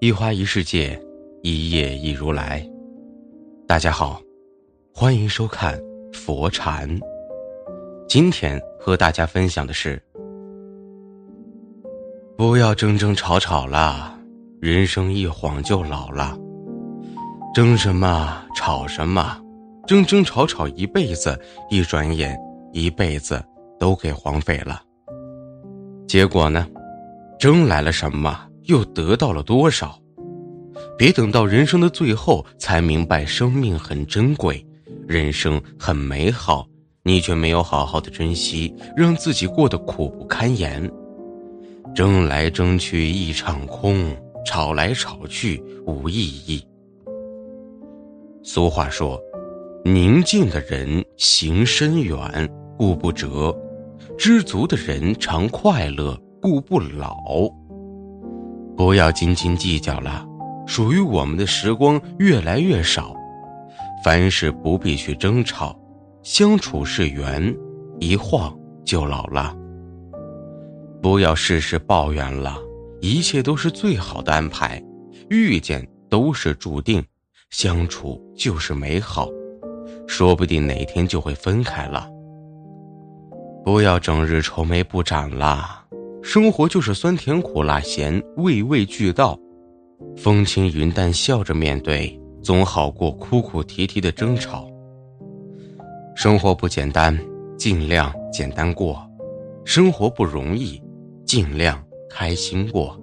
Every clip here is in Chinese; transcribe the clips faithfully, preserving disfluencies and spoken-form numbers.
一花一世界，一叶一如来。大家好，欢迎收看佛禅。今天和大家分享的是，不要争争吵吵了，人生一晃就老了。争什么吵什么，争争吵吵一辈子，一转眼一辈子都给荒废了。结果呢，争来了什么，又得到了多少？别等到人生的最后才明白生命很珍贵，人生很美好，你却没有好好的珍惜，让自己过得苦不堪言。争来争去一场空，吵来吵去无意义。俗话说，宁静的人行深远，顾不折；知足的人常快乐，顾不老。不要斤斤计较了，属于我们的时光越来越少，凡事不必去争吵，相处是缘，一晃就老了。不要事事抱怨了，一切都是最好的安排，遇见都是注定，相处就是美好，说不定哪天就会分开了。不要整日愁眉不展了，生活就是酸甜苦辣咸，味味俱到，风轻云淡笑着面对，总好过哭哭啼啼的争吵。生活不简单，尽量简单过；生活不容易，尽量开心过。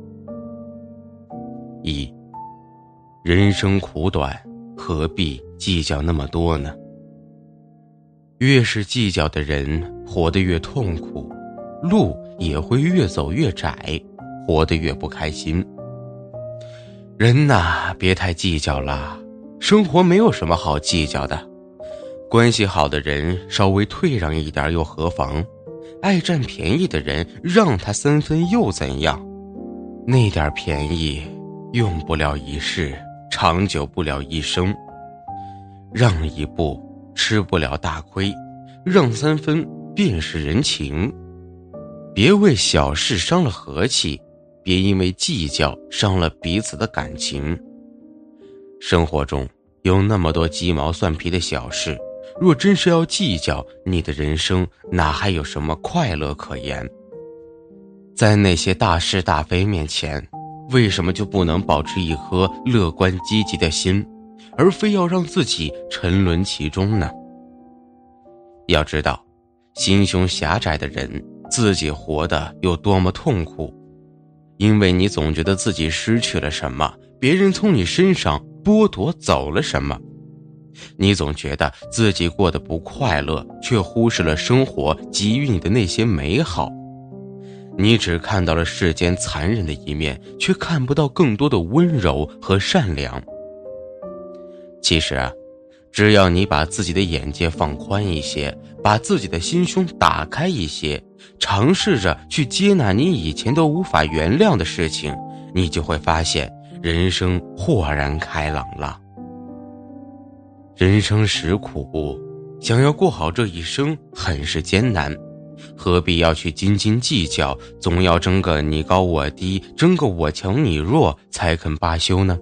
一，人生苦短，何必计较那么多呢？越是计较的人，活得越痛苦，路也会越走越窄，活得越不开心。人呐，别太计较了，生活没有什么好计较的。关系好的人稍微退让一点又何妨？爱占便宜的人让他三分又怎样？那点便宜用不了一世，长久不了一生。让一步吃不了大亏，让三分便是人情。别为小事伤了和气，别因为计较伤了彼此的感情。生活中有那么多鸡毛蒜皮的小事，若真是要计较，你的人生哪还有什么快乐可言？在那些大是大非面前，为什么就不能保持一颗乐观积极的心，而非要让自己沉沦其中呢？要知道，心胸狭窄的人自己活得有多么痛苦，因为你总觉得自己失去了什么，别人从你身上剥夺走了什么。你总觉得自己过得不快乐，却忽视了生活给予你的那些美好。你只看到了世间残忍的一面，却看不到更多的温柔和善良。其实啊，只要你把自己的眼界放宽一些，把自己的心胸打开一些，尝试着去接纳你以前都无法原谅的事情，你就会发现人生豁然开朗了。人生实苦，想要过好这一生很是艰难，何必要去斤斤计较，总要争个你高我低，争个我强你弱才肯罢休呢？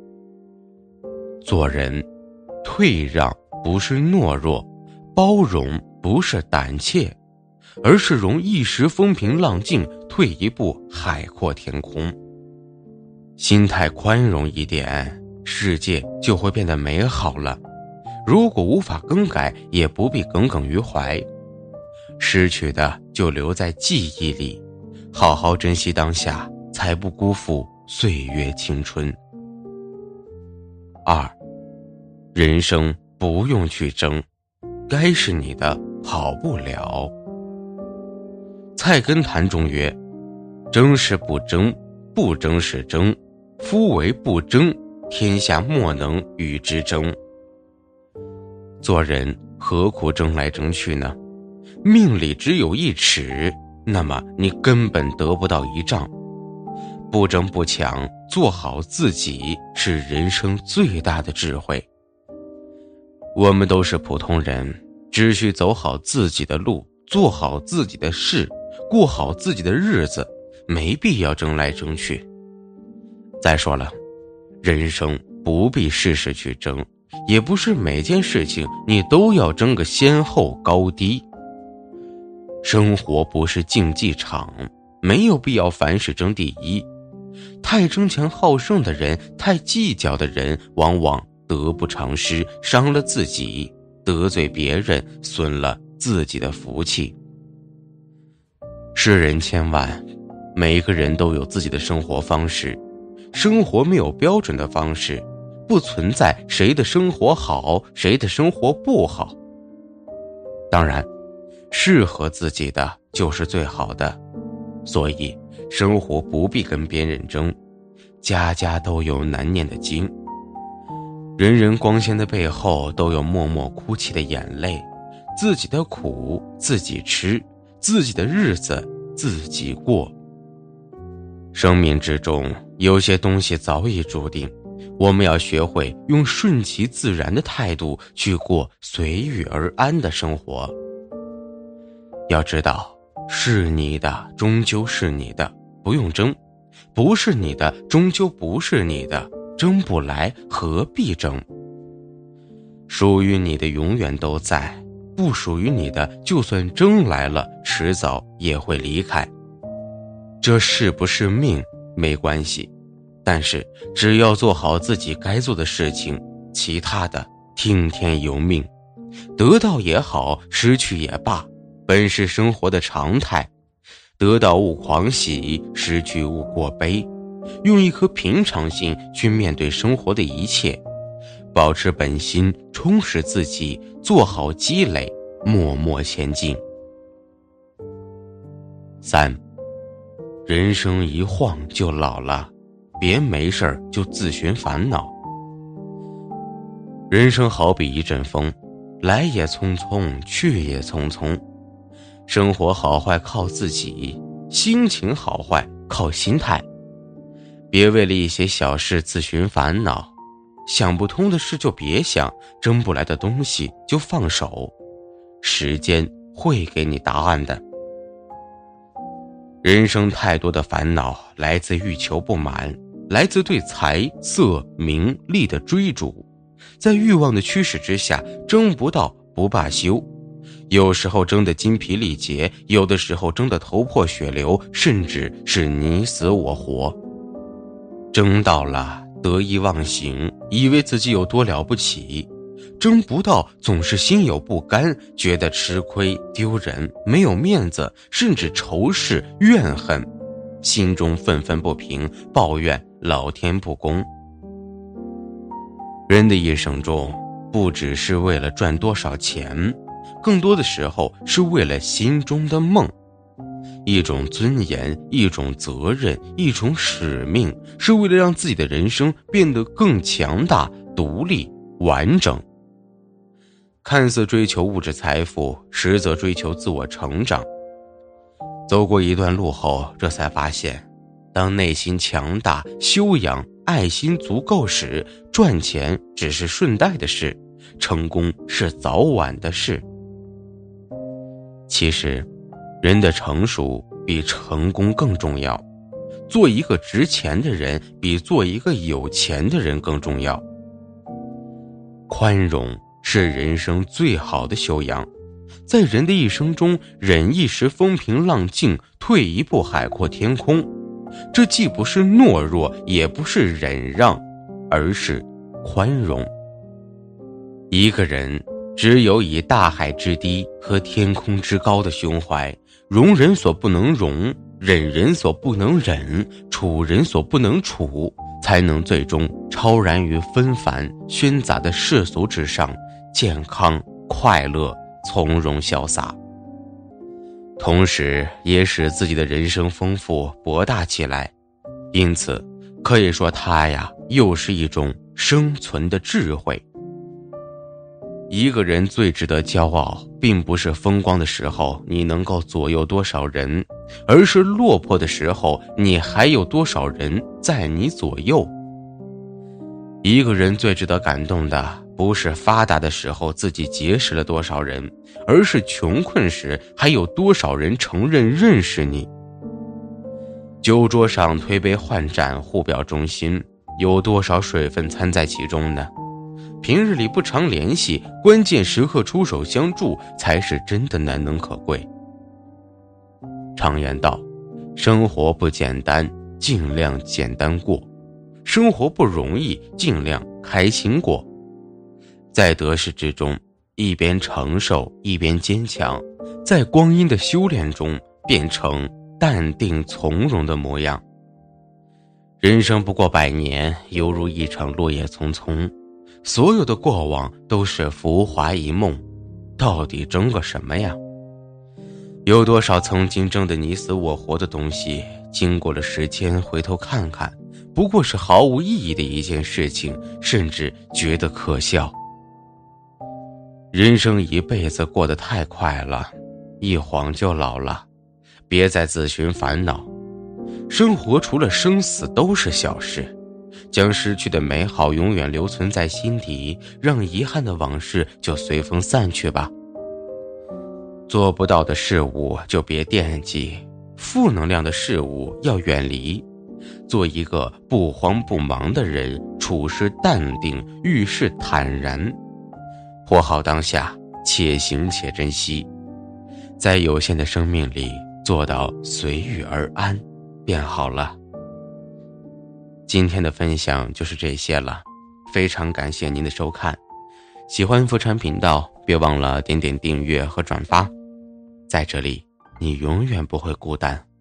做人，退让不是懦弱，包容不是胆怯，而是容一时风平浪静，退一步海阔天空。心态宽容一点，世界就会变得美好了。如果无法更改，也不必耿耿于怀。失去的就留在记忆里，好好珍惜当下，才不辜负岁月青春。二，人生不用去争，该是你的好不了。菜根谭中曰：争是不争，不争是争，夫为不争，天下莫能与之争。做人何苦争来争去呢？命里只有一尺，那么你根本得不到一丈。不争不抢，做好自己是人生最大的智慧。我们都是普通人，只需走好自己的路，做好自己的事，过好自己的日子，没必要争来争去。再说了， 人生不必事事去争，也不是每件事情你都要争个先后高低。生活不是竞技场，没有必要凡事争第一。太争强好胜的人，太计较的人，往往得不偿失，伤了自己，得罪别人，损了自己的福气。世人千万，每个人都有自己的生活方式，生活没有标准的方式，不存在谁的生活好，谁的生活不好。当然，适合自己的就是最好的，所以生活不必跟别人争，家家都有难念的经，人人光鲜的背后都有默默哭泣的眼泪，自己的苦自己吃，自己的日子自己过。生命之中有些东西早已注定，我们要学会用顺其自然的态度去过随遇而安的生活。要知道，是你的终究是你的，不用争；不是你的终究不是你的，争不来何必争。属于你的永远都在，不属于你的就算争来了，迟早也会离开。这是不是命没关系，但是只要做好自己该做的事情，其他的听天由命，得到也好，失去也罢，本是生活的常态。得到勿狂喜，失去勿过悲，用一颗平常心去面对生活的一切，保持本心，充实自己，做好积累，默默前进。三，人生一晃就老了，别没事儿就自寻烦恼。人生好比一阵风，来也匆匆，去也匆匆。生活好坏靠自己，心情好坏靠心态。别为了一些小事自寻烦恼，想不通的事就别想，争不来的东西就放手，时间会给你答案的。人生太多的烦恼来自欲求不满，来自对财色名利的追逐，在欲望的驱使之下，争不到不罢休，有时候争得筋疲力竭，有的时候争得头破血流，甚至是你死我活。争到了得意忘形，以为自己有多了不起，争不到总是心有不甘，觉得吃亏丢人，没有面子，甚至仇视怨恨，心中愤愤不平，抱怨老天不公。人的一生中，不只是为了赚多少钱，更多的时候是为了心中的梦，一种尊严，一种责任，一种使命，是为了让自己的人生变得更强大、独立、完整。看似追求物质财富，实则追求自我成长。走过一段路后，这才发现，当内心强大、修养、爱心足够时，赚钱只是顺带的事，成功是早晚的事。其实，人的成熟比成功更重要，做一个值钱的人比做一个有钱的人更重要。宽容是人生最好的修养，在人的一生中，忍一时风平浪静，退一步海阔天空，这既不是懦弱，也不是忍让，而是宽容。一个人只有以大海之低和天空之高的胸怀，容人所不能容，忍人所不能忍，处人所不能处，才能最终超然于纷繁喧杂的世俗之上，健康快乐从容潇洒，同时也使自己的人生丰富博大起来。因此可以说它呀，又是一种生存的智慧。一个人最值得骄傲，并不是风光的时候你能够左右多少人，而是落魄的时候你还有多少人在你左右。一个人最值得感动的，不是发达的时候自己结识了多少人，而是穷困时还有多少人承认认识你。酒桌上推杯换盏，互表忠心， 有多少水分掺在其中呢？平日里不常联系，关键时刻出手相助，才是真的难能可贵。常言道，生活不简单，尽量简单过；生活不容易，尽量开心过。在得失之中，一边承受，一边坚强，在光阴的修炼中，变成淡定从容的模样。人生不过百年，犹如一场落叶匆匆，所有的过往都是浮华一梦，到底争个什么呀？有多少曾经争得你死我活的东西，经过了时间回头看看，不过是毫无意义的一件事情，甚至觉得可笑。人生一辈子过得太快了，一晃就老了，别再自寻烦恼。生活除了生死都是小事，将失去的美好永远留存在心底，让遗憾的往事就随风散去吧。做不到的事物就别惦记，负能量的事物要远离，做一个不慌不忙的人，处事淡定，遇事坦然，活好当下，且行且珍惜，在有限的生命里做到随遇而安便好了。今天的分享就是这些了，非常感谢您的收看。喜欢佛禅频道，别忘了点点订阅和转发，在这里你永远不会孤单。